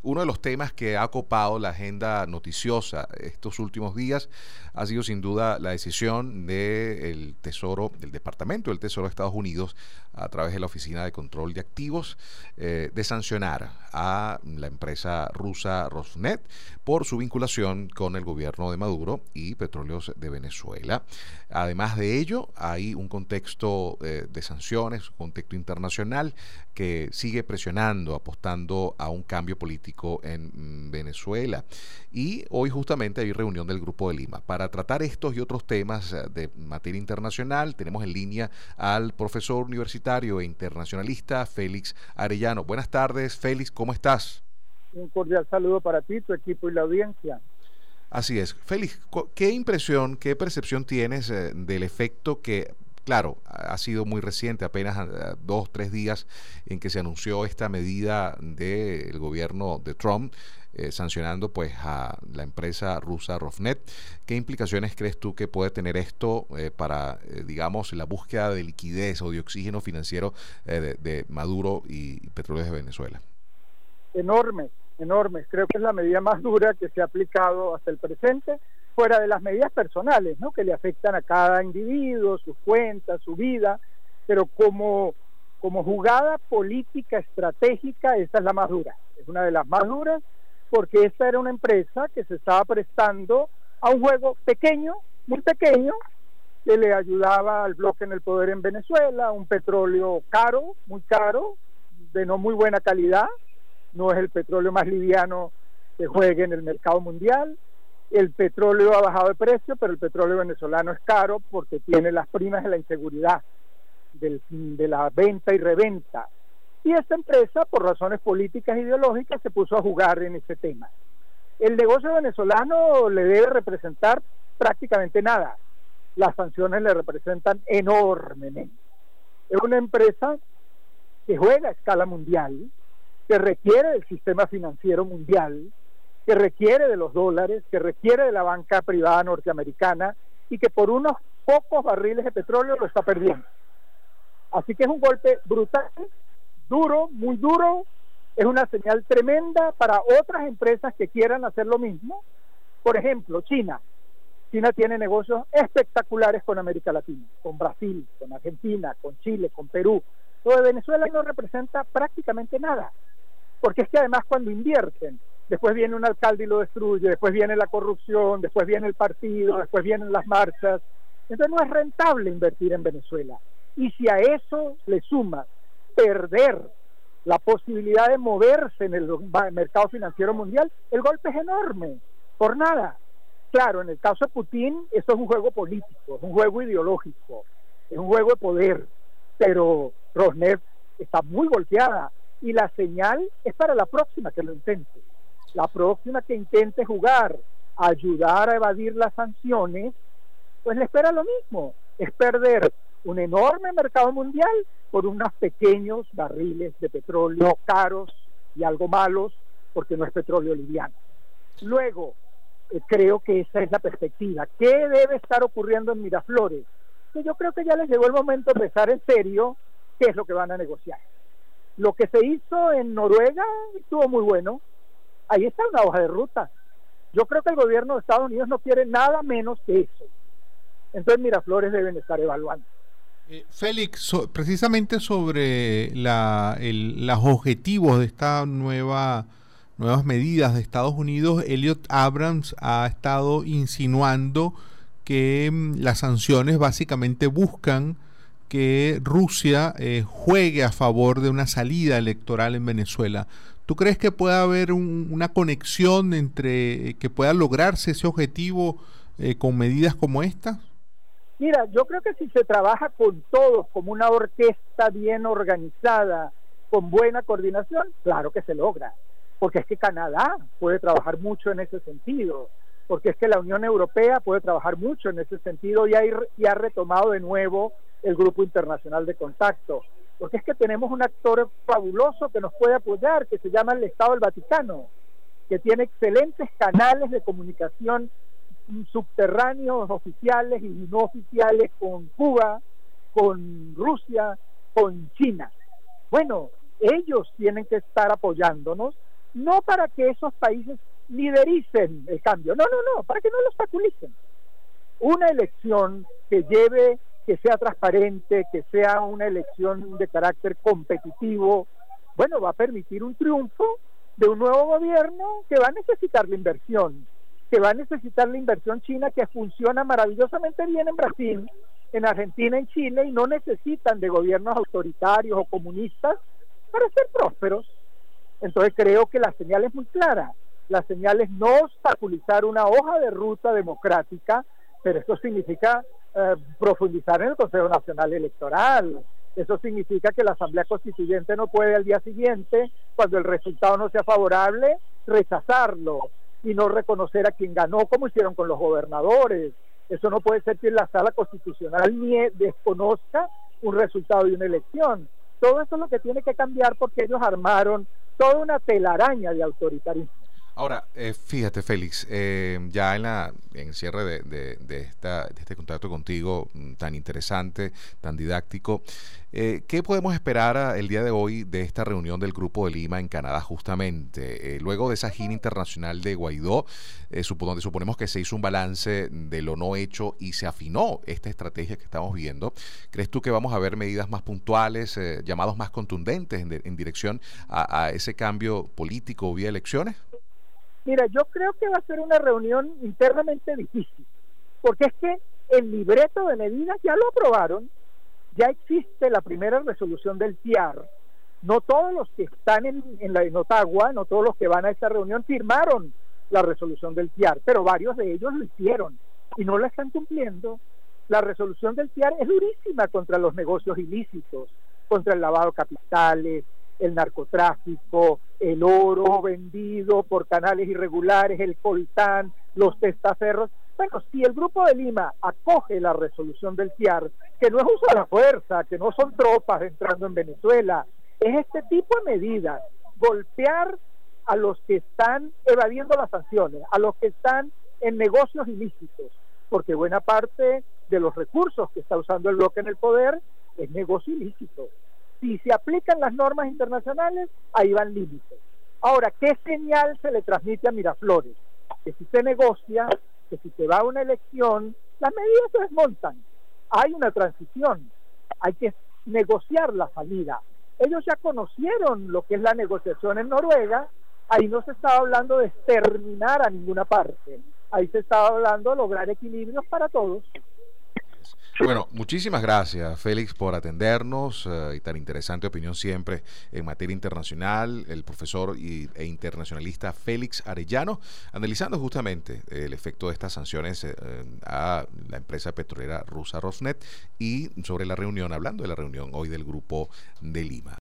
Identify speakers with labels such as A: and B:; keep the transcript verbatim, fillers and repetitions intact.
A: uno de los temas que ha copado la agenda noticiosa estos últimos días ha sido sin duda la decisión del Tesoro, del Departamento del Tesoro de Estados Unidos, a través de la Oficina de Control de Activos, eh, de sancionar a la empresa rusa Rosneft por su vinculación con el gobierno de Maduro y Petróleos de Venezuela. Además de ello, hay un contexto eh, de sanciones, un contexto internacional que sigue presionando, apostando a un cambio político en mm, Venezuela. Y hoy justamente hay reunión del Grupo de Lima. Para tratar estos y otros temas eh, de materia internacional, tenemos en línea al profesor universitario e internacionalista Félix Arellano. Buenas tardes, Félix, ¿cómo estás?
B: Un cordial saludo para ti, tu equipo y la audiencia.
A: Así es. Félix, ¿qué impresión, qué percepción tienes eh, del efecto que, claro, ha sido muy reciente, apenas uh, dos, tres días en que se anunció esta medida del gobierno de Trump, eh, sancionando pues a la empresa rusa Rosneft? ¿Qué implicaciones crees tú que puede tener esto eh, para, eh, digamos, la búsqueda de liquidez o de oxígeno financiero eh, de, de Maduro y, y Petróleos de Venezuela?
B: Enormes, enormes. Creo que es la medida más dura que se ha aplicado hasta el presente, fuera de las medidas personales, ¿no?, que le afectan a cada individuo, sus cuentas, su vida, pero como, como jugada política estratégica, esta es la más dura. Es una de las más duras porque esta era una empresa que se estaba prestando a un juego pequeño, muy pequeño, que le ayudaba al bloque en el poder en Venezuela, un petróleo caro, muy caro, de no muy buena calidad. No es el petróleo más liviano que juegue en el mercado mundial. El petróleo ha bajado de precio, pero el petróleo venezolano es caro porque tiene las primas de la inseguridad, del, de la venta y reventa. Y esta empresa, por razones políticas e ideológicas, se puso a jugar en ese tema. El negocio venezolano le debe representar prácticamente nada. Las sanciones le representan enormemente. Es una empresa que juega a escala mundial, que requiere del sistema financiero mundial, que requiere de los dólares, que requiere de la banca privada norteamericana y que por unos pocos barriles de petróleo lo está perdiendo. Así que es un golpe brutal, duro, muy duro, es una señal tremenda para otras empresas que quieran hacer lo mismo. Por ejemplo, China. China tiene negocios espectaculares con América Latina, con Brasil, con Argentina, con Chile, con Perú. Lo de Venezuela no representa prácticamente nada. Porque es que además cuando invierten, después viene un alcalde y lo destruye, después viene la corrupción, después viene el partido, después vienen las marchas. Entonces no es rentable invertir en Venezuela. Y si a eso le sumas perder la posibilidad de moverse en el mercado financiero mundial, el golpe es enorme, por nada. Claro, en el caso de Putin, eso es un juego político, es un juego ideológico, es un juego de poder, pero Rosneft está muy golpeada. Y la señal es para la próxima que lo intente. La próxima que intente jugar, ayudar a evadir las sanciones, pues le espera lo mismo. Es perder un enorme mercado mundial por unos pequeños barriles de petróleo caros y algo malos, porque no es petróleo liviano. Luego, eh, creo que esa es la perspectiva. ¿Qué debe estar ocurriendo en Miraflores? Que yo creo que ya les llegó el momento de pensar en serio qué es lo que van a negociar. Lo que se hizo en Noruega estuvo muy bueno. Ahí está una hoja de ruta. Yo creo que el gobierno de Estados Unidos no quiere nada menos que eso. Entonces Miraflores deben estar evaluando.
C: Eh, Félix, so, precisamente sobre la, el, los objetivos de esta nueva nuevas medidas de Estados Unidos, Elliot Abrams ha estado insinuando que mm, las sanciones básicamente buscan que Rusia eh, juegue a favor de una salida electoral en Venezuela. ¿Tú crees que pueda haber un, una conexión entre eh, que pueda lograrse ese objetivo eh, con medidas como esta?
B: Mira, yo creo que si se trabaja con todos, como una orquesta bien organizada, con buena coordinación, claro que se logra. Porque es que Canadá puede trabajar mucho en ese sentido, porque es que la Unión Europea puede trabajar mucho en ese sentido y ha, y ha retomado de nuevo el Grupo Internacional de Contacto, porque es que tenemos un actor fabuloso que nos puede apoyar, que se llama el Estado del Vaticano, que tiene excelentes canales de comunicación subterráneos, oficiales y no oficiales con Cuba, con Rusia, con China. Bueno, ellos tienen que estar apoyándonos no para que esos países lidericen el cambio, no, no, no, para que no lo obstaculicen. Una elección que lleve, que sea transparente, que sea una elección de carácter competitivo, bueno, va a permitir un triunfo de un nuevo gobierno que va a necesitar la inversión, que va a necesitar la inversión china, que funciona maravillosamente bien en Brasil, en Argentina, en Chile, y no necesitan de gobiernos autoritarios o comunistas para ser prósperos. Entonces creo que la señal es muy clara. La señal es no obstaculizar una hoja de ruta democrática, pero esto significa eh, profundizar en el Consejo Nacional Electoral. Eso significa que la Asamblea Constituyente no puede al día siguiente, cuando el resultado no sea favorable, rechazarlo y no reconocer a quien ganó, como hicieron con los gobernadores. Eso no puede ser que la Sala Constitucional ni desconozca un resultado de una elección. Todo eso es lo que tiene que cambiar, porque ellos armaron toda una telaraña de autoritarismo.
A: Ahora, eh, fíjate, Félix, eh, ya en, la, en el cierre de, de, de, esta, de este contacto contigo tan interesante, tan didáctico, eh, ¿qué podemos esperar a, el día de hoy de esta reunión del Grupo de Lima en Canadá justamente? Eh, luego de esa gira internacional de Guaidó, eh, supo, donde suponemos que se hizo un balance de lo no hecho y se afinó esta estrategia que estamos viendo, ¿crees tú que vamos a ver medidas más puntuales, eh, llamados más contundentes en, de, en dirección a, a ese cambio político vía elecciones?
B: Mira, yo creo que va a ser una reunión internamente difícil, porque es que el libreto de medidas ya lo aprobaron, ya existe la primera resolución del T I A R. No todos los que están en, en la en Ottawa, no todos los que van a esta reunión firmaron la resolución del T I A R, pero varios de ellos lo hicieron y no la están cumpliendo. La resolución del T I A R es durísima contra los negocios ilícitos, contra el lavado de capitales, el narcotráfico, el oro vendido por canales irregulares, el coltán, los testaferros. Bueno, si el Grupo de Lima acoge la resolución del T I A R, que no es uso de la fuerza, que no son tropas entrando en Venezuela, es este tipo de medidas, golpear a los que están evadiendo las sanciones, a los que están en negocios ilícitos, porque buena parte de los recursos que está usando el bloque en el poder es negocio ilícito. Si se aplican las normas internacionales, ahí van límites. Ahora, ¿qué señal se le transmite a Miraflores? Que si se negocia, que si se va a una elección, las medidas se desmontan. Hay una transición, hay que negociar la salida. Ellos ya conocieron lo que es la negociación en Noruega, ahí no se estaba hablando de exterminar a ninguna parte, ahí se estaba hablando de lograr equilibrios para todos.
A: Bueno, muchísimas gracias, Félix, por atendernos eh, y tan interesante opinión siempre en materia internacional. El profesor y, e internacionalista Félix Arellano, analizando justamente el efecto de estas sanciones eh, a la empresa petrolera rusa Rosneft y sobre la reunión, hablando de la reunión hoy del Grupo de Lima.